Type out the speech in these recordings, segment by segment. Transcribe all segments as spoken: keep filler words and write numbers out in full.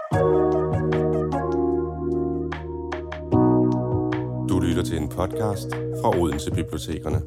Du lytter til en podcast fra Odense Bibliotekerne.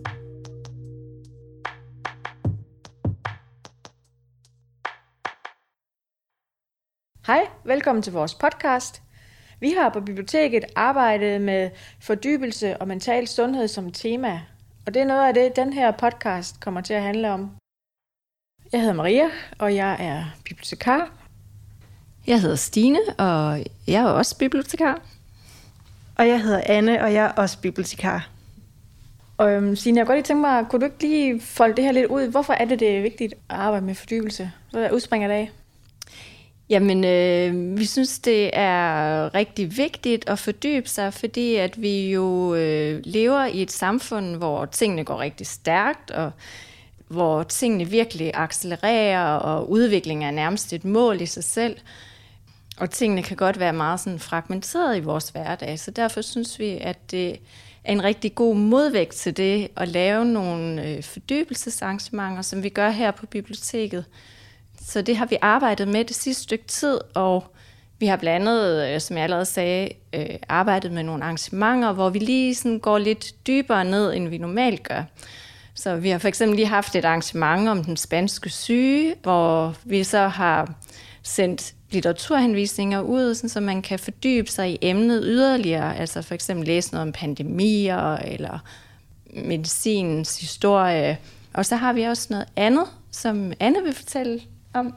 Hej, velkommen til vores podcast. Vi har på biblioteket arbejdet med fordybelse og mental sundhed som tema, og det er noget af det, den her podcast kommer til at handle om. Jeg hedder Maria, og jeg er bibliotekar. Jeg hedder Stine, og jeg er også bibliotekar. Og jeg hedder Anne, og jeg er også bibliotekar. Og øhm, Stine, jeg kunne godt lige tænke mig, kunne du ikke lige folde det her lidt ud? Hvorfor er det, det er vigtigt at arbejde med fordybelse? Hvad udspringer det af? Jamen, øh, vi synes, det er rigtig vigtigt at fordybe sig, fordi at vi jo øh, lever i et samfund, hvor tingene går rigtig stærkt, og hvor tingene virkelig accelererer, og udviklingen er nærmest et mål i sig selv. Og tingene kan godt være meget sådan fragmenteret i vores hverdag, så derfor synes vi, at det er en rigtig god modvægt til det at lave nogle øh, fordybelsesarrangementer, som vi gør her på biblioteket. Så det har vi arbejdet med det sidste stykke tid, og vi har blandt andet, som jeg allerede sagde, arbejdet med nogle arrangementer, hvor vi lige sådan går lidt dybere ned, end vi normalt gør. Så vi har for eksempel lige haft et arrangement om den spanske syge, hvor vi så har sendt litteraturhenvisninger ud, så man kan fordybe sig i emnet yderligere, altså for eksempel læse noget om pandemier eller medicinens historie. Og så har vi også noget andet, som Anne vil fortælle om.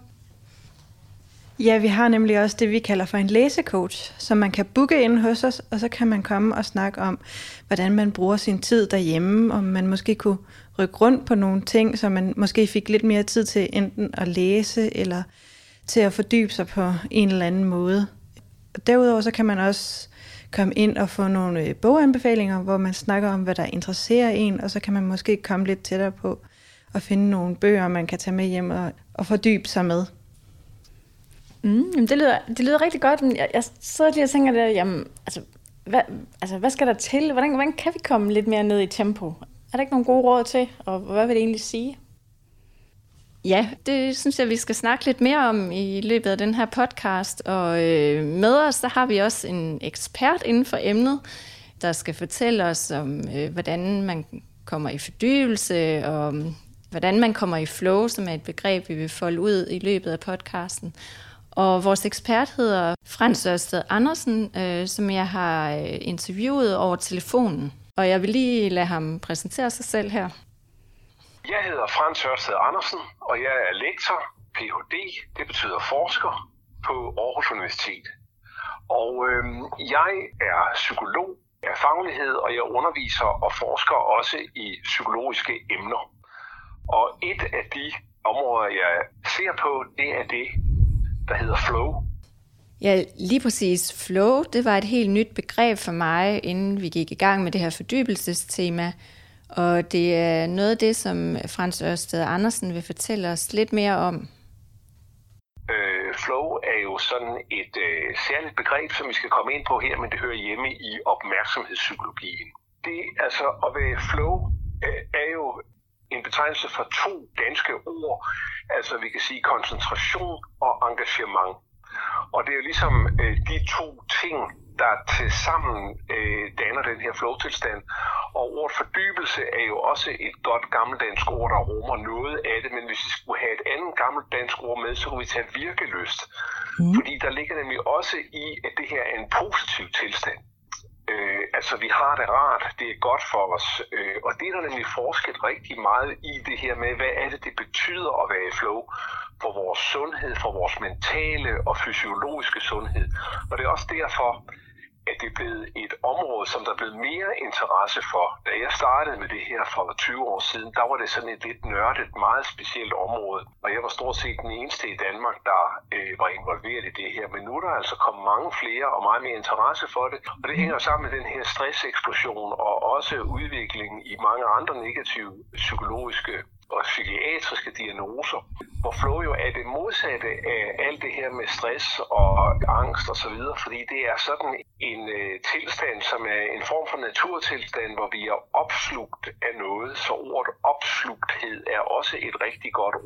Ja, vi har nemlig også det, vi kalder for en læsecoach, som man kan booke ind hos os, og så kan man komme og snakke om, hvordan man bruger sin tid derhjemme, om man måske kunne rykke rundt på nogle ting, så man måske fik lidt mere tid til enten at læse, eller til at fordybe sig på en eller anden måde. Og derudover så kan man også komme ind og få nogle boganbefalinger, hvor man snakker om, hvad der interesserer en, og så kan man måske komme lidt tættere på og finde nogle bøger, man kan tage med hjem og, og fordybe sig med. Mm, det, lyder, det lyder rigtig godt. Jeg, jeg sidder lige og tænker, der, jamen, altså, hvad, altså, hvad skal der til? Hvordan, hvordan kan vi komme lidt mere ned i tempo? Er der ikke nogen gode råd til, og hvad vil det egentlig sige? Ja, det synes jeg, vi skal snakke lidt mere om i løbet af den her podcast. Og øh, med os, så har vi også en ekspert inden for emnet, der skal fortælle os om, øh, hvordan man kommer i fordybelse, og hvordan man kommer i flow, som er et begreb, vi vil folde ud i løbet af podcasten. Og vores ekspert hedder Frans Ørsted Andersen, øh, som jeg har interviewet over telefonen. Og jeg vil lige lade ham præsentere sig selv her. Jeg hedder Frans Ørsted Andersen, og jeg er lektor, P H D, det betyder forsker, på Aarhus Universitet. Og øh, jeg er psykolog af faglighed, og jeg underviser og forsker også i psykologiske emner. Og et af de områder, jeg ser på, det er det, der hedder flow. Ja, lige præcis. Flow, det var et helt nyt begreb for mig, inden vi gik i gang med det her fordybelsestema. Og det er noget af det, som Frans Ørsted Andersen vil fortælle os lidt mere om. Øh, flow er jo sådan et øh, særligt begreb, som vi skal komme ind på her, men det hører hjemme i opmærksomhedspsykologien. Det altså at være flow øh, er jo en betegnelse for to danske ord, altså vi kan sige koncentration og engagement. Og det er jo ligesom øh, de to ting, der tilsammen øh, danner den her flow-tilstand. Og ordet fordybelse er jo også et godt gammeldansk ord, der rummer noget af det, men hvis vi skulle have et andet gammeldansk ord med, så kunne vi tage virkelyst. Mm. Fordi der ligger nemlig også i, at det her er en positiv tilstand. Øh, altså vi har det rart, det er godt for os, øh, og det er der nemlig forsket rigtig meget i det her med, hvad er det, det betyder at være i flow for vores sundhed, for vores mentale og fysiologiske sundhed. Og det er også derfor, at det er blevet et område, som der er blevet mere interesse for. Da jeg startede med det her for tyve år siden, der var det sådan et lidt nørdet, meget specielt område. Og jeg var stort set den eneste i Danmark, der øh, var involveret i det her. Men nu er der altså kommet mange flere og meget mere interesse for det. Og det hænger sammen med den her stresseksplosion og også udviklingen i mange andre negative psykologiske og psykiatriske diagnoser, hvor flow jo er det modsatte af alt det her med stress og angst og så videre, fordi det er sådan en øh, tilstand, som er en form for naturtilstand, hvor vi er opslugt af noget, så ordet opslugthed er også et rigtig godt ord.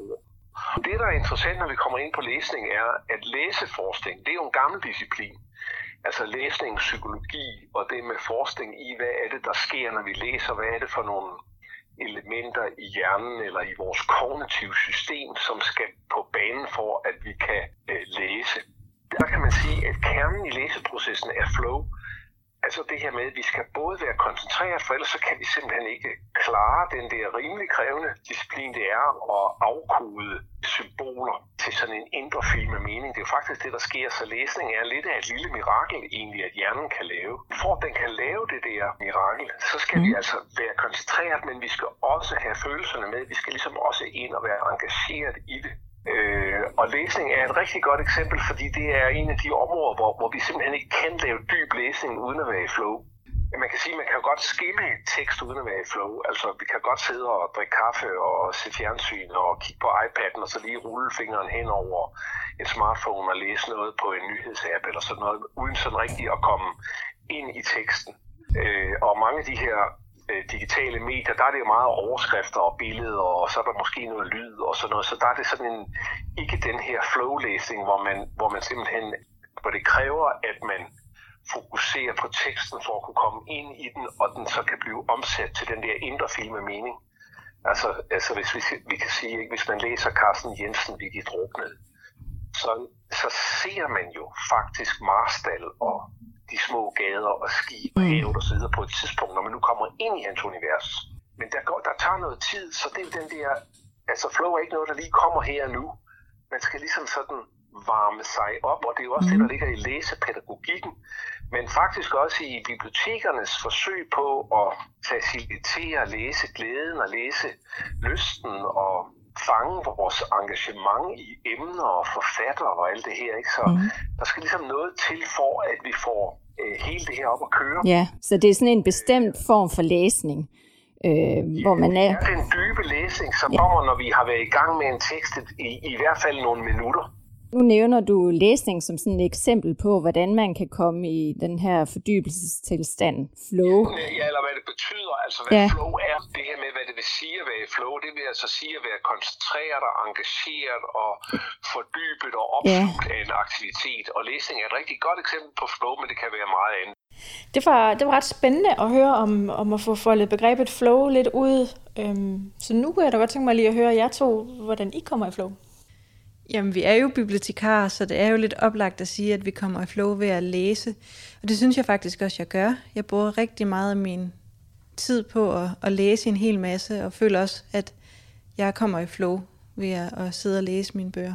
Det, der er interessant, når vi kommer ind på læsning, er, at læseforskning, det er jo en gammel disciplin. Altså læsning, psykologi og det med forskning i, hvad er det, der sker, når vi læser, hvad er det for nogle elementer i hjernen eller i vores kognitive system, som skal på banen for, at vi kan øh, læse. Der kan man sige, at kernen i læseprocessen er flow. Altså det her med, at vi skal både være koncentreret, for ellers så kan vi simpelthen ikke klare den der rimelig krævende disciplin, det er at afkode symboler til sådan en indre film af mening. Det er jo faktisk det, der sker, så læsning er lidt af et lille mirakel egentlig, at hjernen kan lave. For at den kan lave det der mirakel, så skal mm. vi altså være koncentreret, men vi skal også have følelserne med. Vi skal ligesom også ind og være engageret i det. Øh, og læsning er et rigtig godt eksempel, fordi det er en af de områder, hvor, hvor vi simpelthen ikke kan lave dyb læsning uden at være i flow. Man kan sige, at man kan godt skimme tekst uden at være i flow. Altså, vi kan godt sidde og drikke kaffe og se fjernsyn og kigge på iPad'en og så lige rulle fingeren hen over en smartphone og læse noget på en nyhedsapp eller sådan noget, uden sådan rigtig at komme ind i teksten. Øh, og mange af de her digitale medier, der er det jo meget overskrifter og billeder, og så er der måske noget lyd og sådan noget. Så der er det sådan en, ikke den her flow-læsning, hvor man, hvor man simpelthen, hvor det kræver, at man fokuserer på teksten for at kunne komme ind i den, og den så kan blive omsat til den der indre film af mening. Altså, altså hvis vi, vi kan sige, ikke, hvis man læser Carsten Jensen, Vi de druknede, så, så ser man jo faktisk Marstal og de små gader og skib og havet og så videre på et tidspunkt, når man nu kommer ind i hans univers. Men der, går, der tager noget tid, så det er jo den der, altså flow er ikke noget, der lige kommer her nu. Man skal ligesom sådan varme sig op, og det er jo også mm. det, der ligger i læsepædagogikken, men faktisk også i bibliotekernes forsøg på at facilitere læseglæden og læse lysten og fange vores engagement i emner og forfattere og alt det her, ikke? Så mm. der skal ligesom noget til for, at vi får øh, hele det her op at køre. Ja, så det er sådan en bestemt form for læsning, øh, ja, hvor man er... Det er den dybe læsning, som ja. kommer, når vi har været i gang med en tekst i, i hvert fald nogle minutter. Nu nævner du læsning som sådan et eksempel på, hvordan man kan komme i den her fordybelsestilstand, flow. Ja, eller hvad det betyder, altså hvad ja. flow er. Det her med, hvad det vil sige at være i flow, det vil altså sige at være koncentreret og engageret og fordybet og opslugt ja. af en aktivitet. Og læsning er et rigtig godt eksempel på flow, men det kan være meget andet. Det var, det var ret spændende at høre om, om at få foldet begrebet flow lidt ud. Øhm, så nu kunne jeg da godt tænke mig lige at høre jer to, hvordan I kommer i flow. Jamen, vi er jo bibliotekarer, så det er jo lidt oplagt at sige, at vi kommer i flow ved at læse. Og det synes jeg faktisk også, jeg gør. Jeg bruger rigtig meget af min tid på at, at læse en hel masse, og føler også, at jeg kommer i flow ved at, at sidde og læse mine bøger.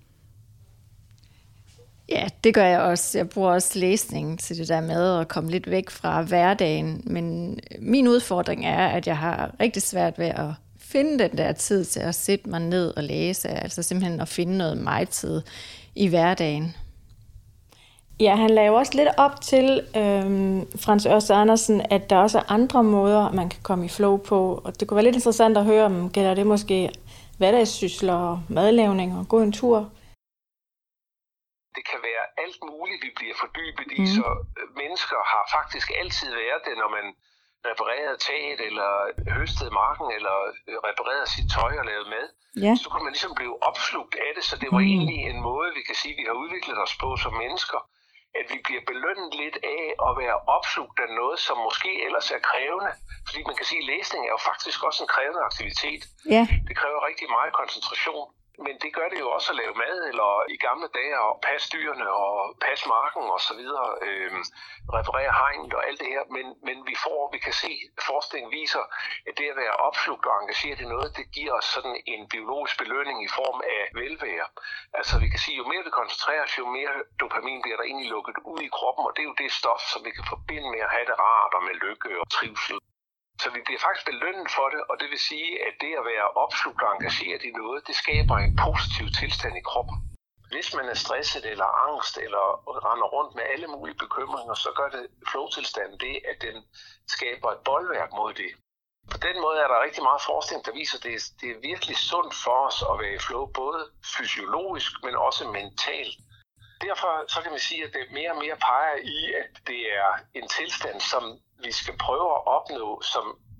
Ja, det gør jeg også. Jeg bruger også læsning til det der med at komme lidt væk fra hverdagen. Men min udfordring er, at jeg har rigtig svært ved at finde den der tid til at sætte mig ned og læse, altså simpelthen at finde noget mig-tid i hverdagen. Ja, han lagde også lidt op til, øhm, Frans Ørst Andersen, at der også er andre måder, man kan komme i flow på. Og det kunne være lidt interessant at høre, om gælder det måske hverdagssysler, madlavning og gå en tur. Det kan være alt muligt, vi bliver fordybet i, mm. så mennesker har faktisk altid været det, når man repareret taget, eller høstet marken, eller repareret sit tøj og lavet mad, ja. så kunne man ligesom blive opslugt af det, så det var mm. egentlig en måde, vi kan sige, vi har udviklet os på som mennesker, at vi bliver belønnet lidt af at være opslugt af noget, som måske ellers er krævende, fordi man kan sige, at læsning er jo faktisk også en krævende aktivitet. Ja. Det kræver rigtig meget koncentration. Men det gør det jo også at lave mad, eller i gamle dage at passe dyrene og passe marken og så videre, øh, reparere hegnet og alt det her. Men, men vi får, vi kan se, forskningen viser, at det at være opslugt og engageret i noget, det giver os sådan en biologisk belønning i form af velvære. Altså vi kan sige, jo mere vi koncentrerer os, jo mere dopamin bliver der egentlig lukket ud i kroppen, og det er jo det stof, som vi kan forbinde med at have det rart og med lykke og trivsel. Så vi bliver faktisk belønnet for det, og det vil sige, at det at være opslugt og engageret i noget, det skaber en positiv tilstand i kroppen. Hvis man er stresset eller angst eller render rundt med alle mulige bekymringer, så gør det flow-tilstanden det, at den skaber et bolværk mod det. På den måde er der rigtig meget forskning, der viser, at det er, det er virkelig sundt for os at være i flow, både fysiologisk, men også mentalt. Derfor så kan man sige, at det mere og mere peger i, at det er en tilstand, som vi skal prøve at opnå som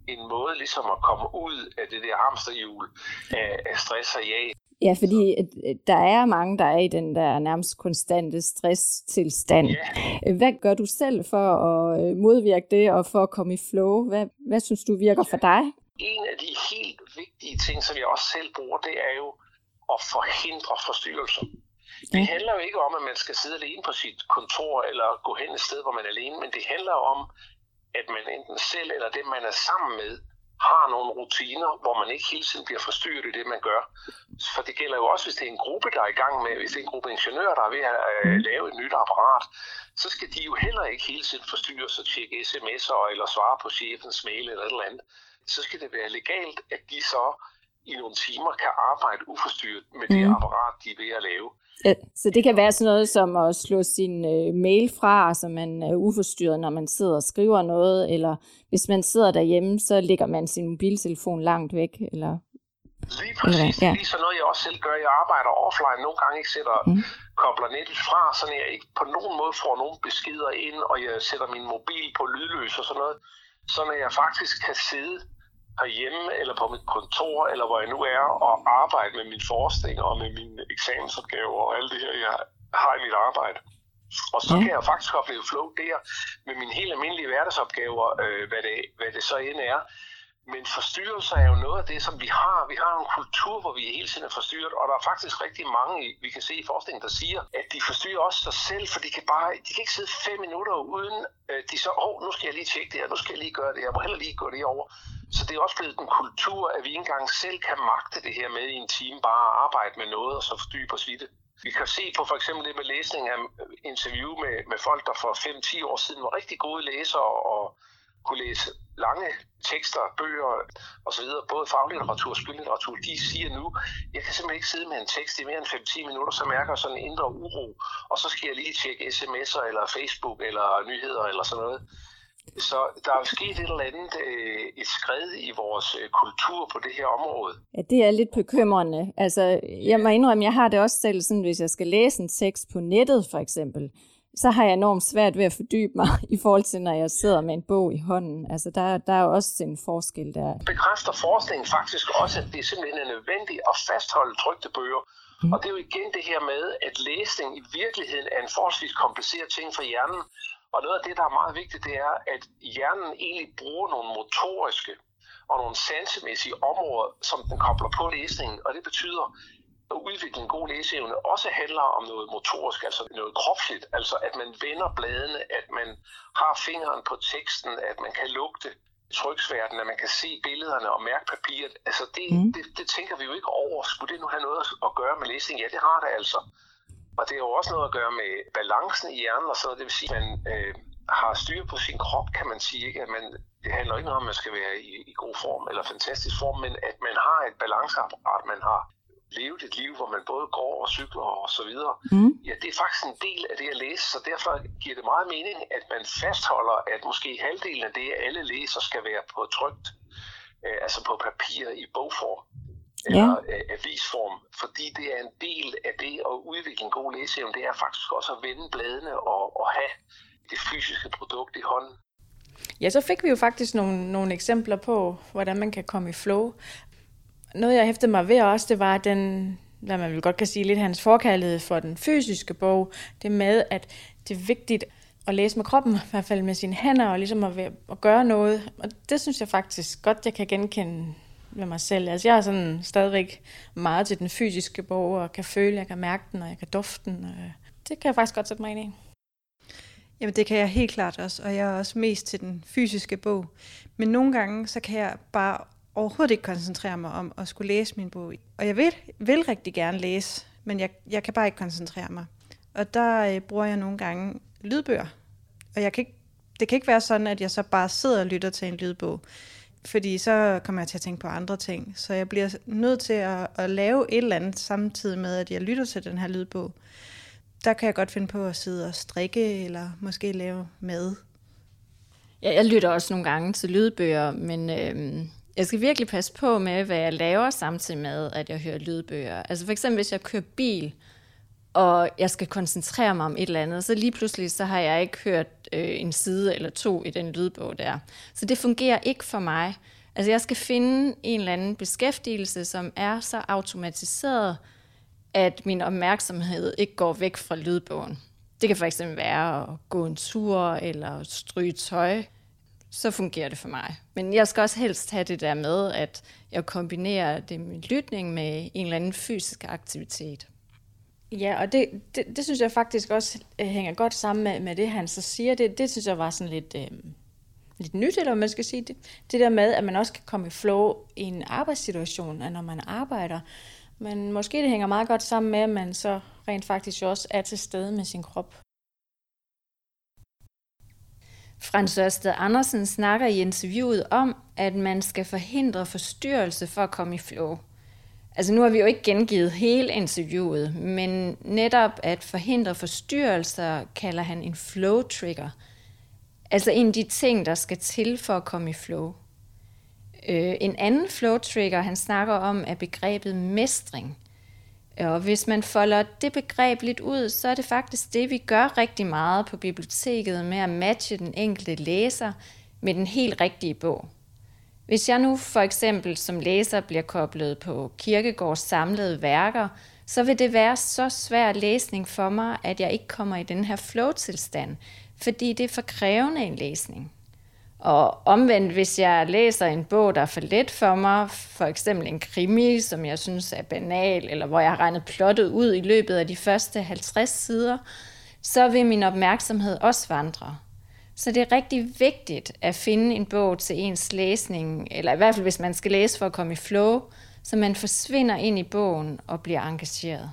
en måde ligesom at komme ud af det der hamsterhjul af, af stress og jag. Ja, fordi der er mange, der er i den der nærmest konstante stresstilstand. Ja. Hvad gør du selv for at modvirke det og for at komme i flow? Hvad, hvad synes du virker for dig? En af de helt vigtige ting, som jeg også selv bruger, det er jo at forhindre forstyrrelser. Det handler jo ikke om, at man skal sidde alene på sit kontor eller gå hen et sted, hvor man er alene, men det handler om, at man enten selv eller dem, man er sammen med, har nogle rutiner, hvor man ikke hele tiden bliver forstyrret i det, man gør. For det gælder jo også, hvis det er en gruppe, der er i gang med, hvis det er en gruppe ingeniører, der er ved at øh, lave et nyt apparat, så skal de jo heller ikke hele tiden forstyrres og tjekke sms'er eller svare på chefens mail eller et eller andet. Så skal det være legalt, at de så i nogle timer kan arbejde uforstyrret med det mm. apparat, de er ved at lave. Ja, så det kan være sådan noget som at slå sin øh, mail fra, så man er uforstyrret, når man sidder og skriver noget, eller hvis man sidder derhjemme, så lægger man sin mobiltelefon langt væk, eller... Lige præcis. Ja. Det er lige sådan noget, jeg også selv gør. Jeg arbejder offline. Nogle gange ikke sætter, mm. kobler nettet fra, så jeg ikke på nogen måde får nogen beskeder ind, og jeg sætter min mobil på lydløs og sådan noget. Så når jeg faktisk kan sidde herhjemme, eller på mit kontor, eller hvor jeg nu er, og arbejde med min forskning og med mine eksamensopgaver og alt det her, jeg har i mit arbejde. Og så kan jeg faktisk opleve flow der med mine helt almindelige hverdagsopgaver, øh, hvad, det, hvad det så end er. Men forstyrrelser er jo noget af det, som vi har. Vi har en kultur, hvor vi hele tiden er forstyrret, og der er faktisk rigtig mange, vi kan se i forskningen, der siger, at de forstyrrer også sig selv, for de kan bare, de kan ikke sidde fem minutter uden, øh, de så, åh, oh, nu skal jeg lige tjekke det her, nu skal jeg lige gøre det her, jeg må heller lige gå det over. Så det er også blevet en kultur, at vi ikke engang selv kan magte det her med i en time, bare at arbejde med noget, og så fordybe os i det. Vi kan se på for eksempel det med læsning af interview med, med folk, der for fem til ti år siden var rigtig gode læsere og kunne læse lange tekster, bøger osv., både faglitteratur og skønlitteratur. De siger nu, jeg kan simpelthen ikke sidde med en tekst i mere end fem til ti minutter, så mærker jeg sådan en indre uro, og så skal jeg lige tjekke sms'er eller Facebook eller nyheder eller sådan noget. Så der er jo sket et eller andet øh, et skred i vores øh, kultur på det her område. Ja, det er lidt bekymrende. Altså, jeg må indrømme, jeg har det også selv sådan, hvis jeg skal læse en tekst på nettet for eksempel, så har jeg enormt svært ved at fordybe mig i forhold til, når jeg sidder med en bog i hånden. Altså, der, der er jo også en forskel der. Bekræfter forskningen faktisk også, at det simpelthen er nødvendigt at fastholde trykte bøger. Mm. Og det er jo igen det her med, at læsning i virkeligheden er en forholdsvis kompliceret ting for hjernen. Og noget af det, der er meget vigtigt, det er, at hjernen egentlig bruger nogle motoriske og nogle sansemæssige områder, som den kobler på læsningen. Og det betyder, at udvikle en god læseevne også handler om noget motorisk, altså noget kropsligt. Altså at man vender bladene, at man har fingeren på teksten, at man kan lugte tryksværten, at man kan se billederne og mærke papiret. Altså det, mm. det, det tænker vi jo ikke over. Skulle det nu have noget at gøre med læsning? Ja, det har det altså. Og det har jo også noget at gøre med balancen i hjernen, og så det vil sige, at man øh, har styr på sin krop, kan man sige. Ikke? At man, det handler ikke noget om, at man skal være i, i god form eller fantastisk form, men at man har et balanceapparat, man har levet et liv, hvor man både går og cykler og så videre. Mm. Ja, det er faktisk en del af det at læse, så derfor giver det meget mening, at man fastholder, at måske halvdelen af det, alle læser, skal være på trykt, øh, altså på papir i bogform. Eller ja. avisform, fordi det er en del af det at udvikle en god læseevne, det er faktisk også at vende bladene og, og have det fysiske produkt i hånden. Ja, så fik vi jo faktisk nogle, nogle eksempler på, hvordan man kan komme i flow. Noget, jeg hæftede mig ved også, det var den, hvad man vil godt kan sige, lidt hans forkærlighed for den fysiske bog. Det med, at det er vigtigt at læse med kroppen, i hvert fald med sine hænder, og ligesom at, at gøre noget. Og det synes jeg faktisk godt, jeg kan genkende med mig selv. Altså jeg er sådan stadigvæk meget til den fysiske bog, og kan føle, jeg kan mærke den, og jeg kan dufte den. Og det kan jeg faktisk godt sætte mig ind i. Jamen det kan jeg helt klart også, og jeg er også mest til den fysiske bog. Men nogle gange, så kan jeg bare overhovedet ikke koncentrere mig om at skulle læse min bog. Og jeg vil, vil rigtig gerne læse, men jeg, jeg kan bare ikke koncentrere mig. Og der øh, bruger jeg nogle gange lydbøger. Og jeg kan ikke, det kan ikke være sådan, at jeg så bare sidder og lytter til en lydbog. Fordi så kommer jeg til at tænke på andre ting. Så jeg bliver nødt til at, at lave et eller andet samtidig med, at jeg lytter til den her lydbog. Der kan jeg godt finde på at sidde og strikke, eller måske lave mad. Ja, jeg lytter også nogle gange til lydbøger, men øh, jeg skal virkelig passe på med, hvad jeg laver samtidig med, at jeg hører lydbøger. Altså for eksempel, hvis jeg kører bil, og jeg skal koncentrere mig om et eller andet, så lige pludselig så har jeg ikke hørt øh, en side eller to i den lydbog der. Så det fungerer ikke for mig. Altså jeg skal finde en eller anden beskæftigelse, som er så automatiseret, at min opmærksomhed ikke går væk fra lydbogen. Det kan fx være at gå en tur eller stryge tøj. Så fungerer det for mig. Men jeg skal også helst have det der med, at jeg kombinerer det med lytning med en eller anden fysisk aktivitet. Ja, og det, det, det synes jeg faktisk også øh, hænger godt sammen med, med det, han så siger. Det, det synes jeg var sådan lidt, øh, lidt nyt, eller hvad man skal sige. Det, det der med, at man også kan komme i flow i en arbejdssituation, når man arbejder. Men måske det hænger meget godt sammen med, at man så rent faktisk også er til stede med sin krop. Frans Ørsted Andersen snakker i interviewet om, at man skal forhindre forstyrrelse for at komme i flow. Altså nu har vi jo ikke gengivet hele interviewet, men netop at forhindre forstyrrelser kalder han en flow trigger. Altså en af de ting, der skal til for at komme i flow. Øh, en anden flow trigger, han snakker om, er begrebet mestring. Og hvis man folder det begreb lidt ud, så er det faktisk det, vi gør rigtig meget på biblioteket med at matche den enkelte læser med den helt rigtige bog. Hvis jeg nu for eksempel som læser bliver koblet på Kierkegaards samlede værker, så vil det være så svær læsning for mig, at jeg ikke kommer i den her flow-tilstand, fordi det er for krævende en læsning. Og omvendt, hvis jeg læser en bog, der er for let for mig, for eksempel en krimi, som jeg synes er banal, eller hvor jeg har regnet plottet ud i løbet af de første halvtreds sider, så vil min opmærksomhed også vandre. Så det er rigtig vigtigt at finde en bog til ens læsning, eller i hvert fald hvis man skal læse for at komme i flow, så man forsvinder ind i bogen og bliver engageret.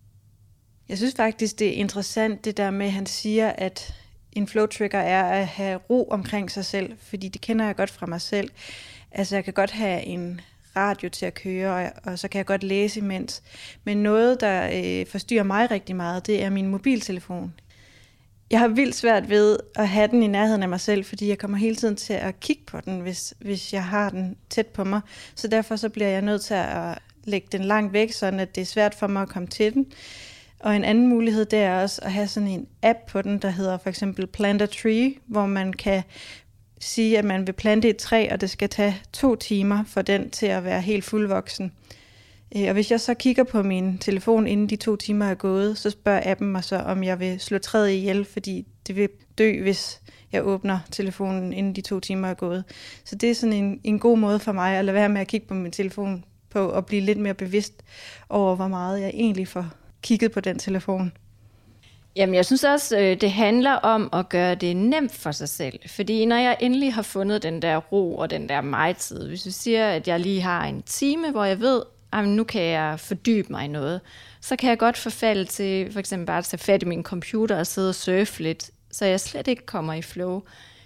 Jeg synes faktisk, det er interessant det der med, at han siger, at en flow trigger er at have ro omkring sig selv, fordi det kender jeg godt fra mig selv. Altså jeg kan godt have en radio til at køre, og, og så kan jeg godt læse imens. Men noget, der øh, forstyrrer mig rigtig meget, det er min mobiltelefon. Jeg har vildt svært ved at have den i nærheden af mig selv, fordi jeg kommer hele tiden til at kigge på den, hvis, hvis jeg har den tæt på mig. Så derfor så bliver jeg nødt til at lægge den langt væk, sådan at det er svært for mig at komme til den. Og en anden mulighed, det er også at have sådan en app på den, der hedder for eksempel Plant a Tree, hvor man kan sige, at man vil plante et træ, og det skal tage to timer for den til at være helt fuldvoksen. Og hvis jeg så kigger på min telefon, inden de to timer er gået, så spørger appen mig så, om jeg vil slå træet ihjel, fordi det vil dø, hvis jeg åbner telefonen, inden de to timer er gået. Så det er sådan en, en god måde for mig at lade være med at kigge på min telefon, på at blive lidt mere bevidst over, hvor meget jeg egentlig får kigget på den telefon. Jamen, jeg synes også, det handler om at gøre det nemt for sig selv. Fordi når jeg endelig har fundet den der ro og den der mig-tid, hvis du siger, at jeg lige har en time, hvor jeg ved, at nu kan jeg fordybe mig i noget, så kan jeg godt forfalde til for eksempel bare at tage fat i min computer og sidde og surfe lidt, så jeg slet ikke kommer i flow.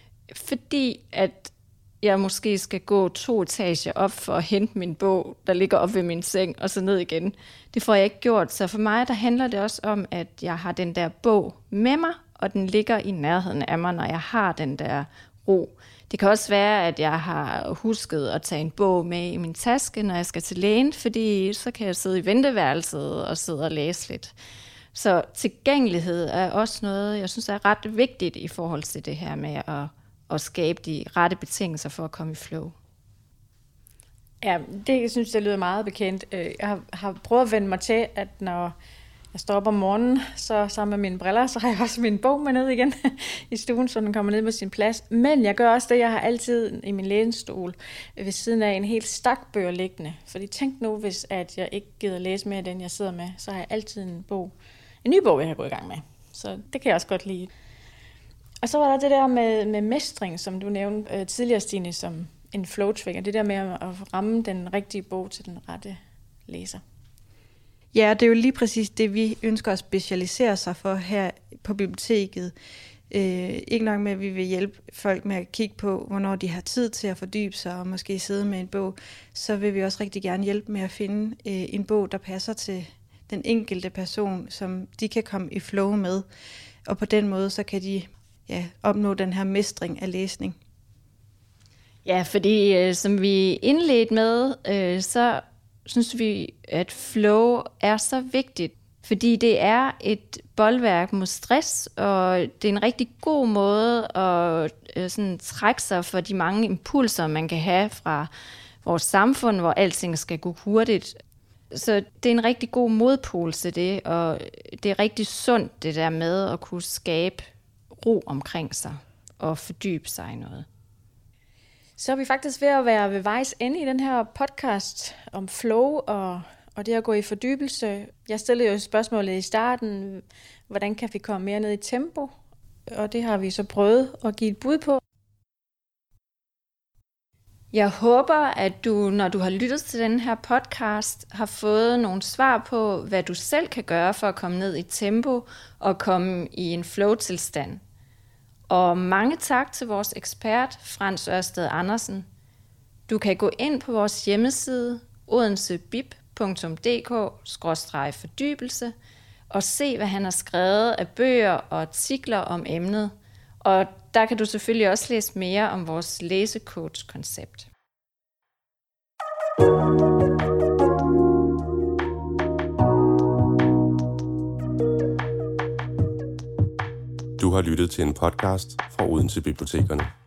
Fordi at jeg måske skal gå to etager op for at hente min bog, der ligger op ved min seng, og så ned igen. Det får jeg ikke gjort. Så for mig, der handler det også om, at jeg har den der bog med mig, og den ligger i nærheden af mig, når jeg har den der ro. Det kan også være, at jeg har husket at tage en bog med i min taske, når jeg skal til lægen, fordi så kan jeg sidde i venteværelset og sidde og læse lidt. Så tilgængelighed er også noget, jeg synes er ret vigtigt i forhold til det her med at og skabe de rette betingelser for at komme i flow. Ja, det synes jeg lyder meget bekendt. Jeg har, har prøvet at vende mig til, at når jeg står op om morgenen, så sammen med mine briller, så har jeg også min bog med ned igen i stuen, så den kommer ned på sin plads. Men jeg gør også det, jeg har altid i min lænestol ved siden af en helt stak bøger liggende. Fordi tænk nu, hvis at jeg ikke gider læse mere af den, jeg sidder med, så har jeg altid en bog, en ny bog, jeg har gået i gang med. Så det kan jeg også godt lide. Og så var der det der med, med mestring, som du nævnte øh, tidligere, Stine, som en flow trigger. Det der med at ramme den rigtige bog til den rette læser. Ja, det er jo lige præcis det, vi ønsker at specialisere sig for her på biblioteket. Øh, ikke nok med, at vi vil hjælpe folk med at kigge på, hvornår de har tid til at fordybe sig og måske sidde med en bog, så vil vi også rigtig gerne hjælpe med at finde øh, en bog, der passer til den enkelte person, som de kan komme i flow med. Og på den måde, så kan de ja, opnå den her mestring af læsning. Ja, fordi øh, som vi indledte med, øh, så synes vi, at flow er så vigtigt Fordi det er et bolværk mod stress, og det er en rigtig god måde at øh, sådan, trække sig for de mange impulser, man kan have fra vores samfund, hvor alting skal gå hurtigt. Så det er en rigtig god modpol til det, og det er rigtig sundt det der med at kunne skabe ro omkring sig og fordybe sig i noget. Så er vi faktisk ved at være ved vejs ende i den her podcast om flow og, og det at gå i fordybelse. Jeg stillede jo spørgsmålet i starten, hvordan kan vi komme mere ned i tempo? Og det har vi så prøvet at give et bud på. Jeg håber, at du, når du har lyttet til den her podcast, har fået nogle svar på, hvad du selv kan gøre for at komme ned i tempo og komme i en flow-tilstand. Og mange tak til vores ekspert, Frans Ørsted Andersen. Du kan gå ind på vores hjemmeside odensebib punktum d k skråstreg fordybelse og se, hvad han har skrevet af bøger og artikler om emnet. Og der kan du selvfølgelig også læse mere om vores læsecoach-koncept. Du har lyttet til en podcast fra Odense Bibliotekerne.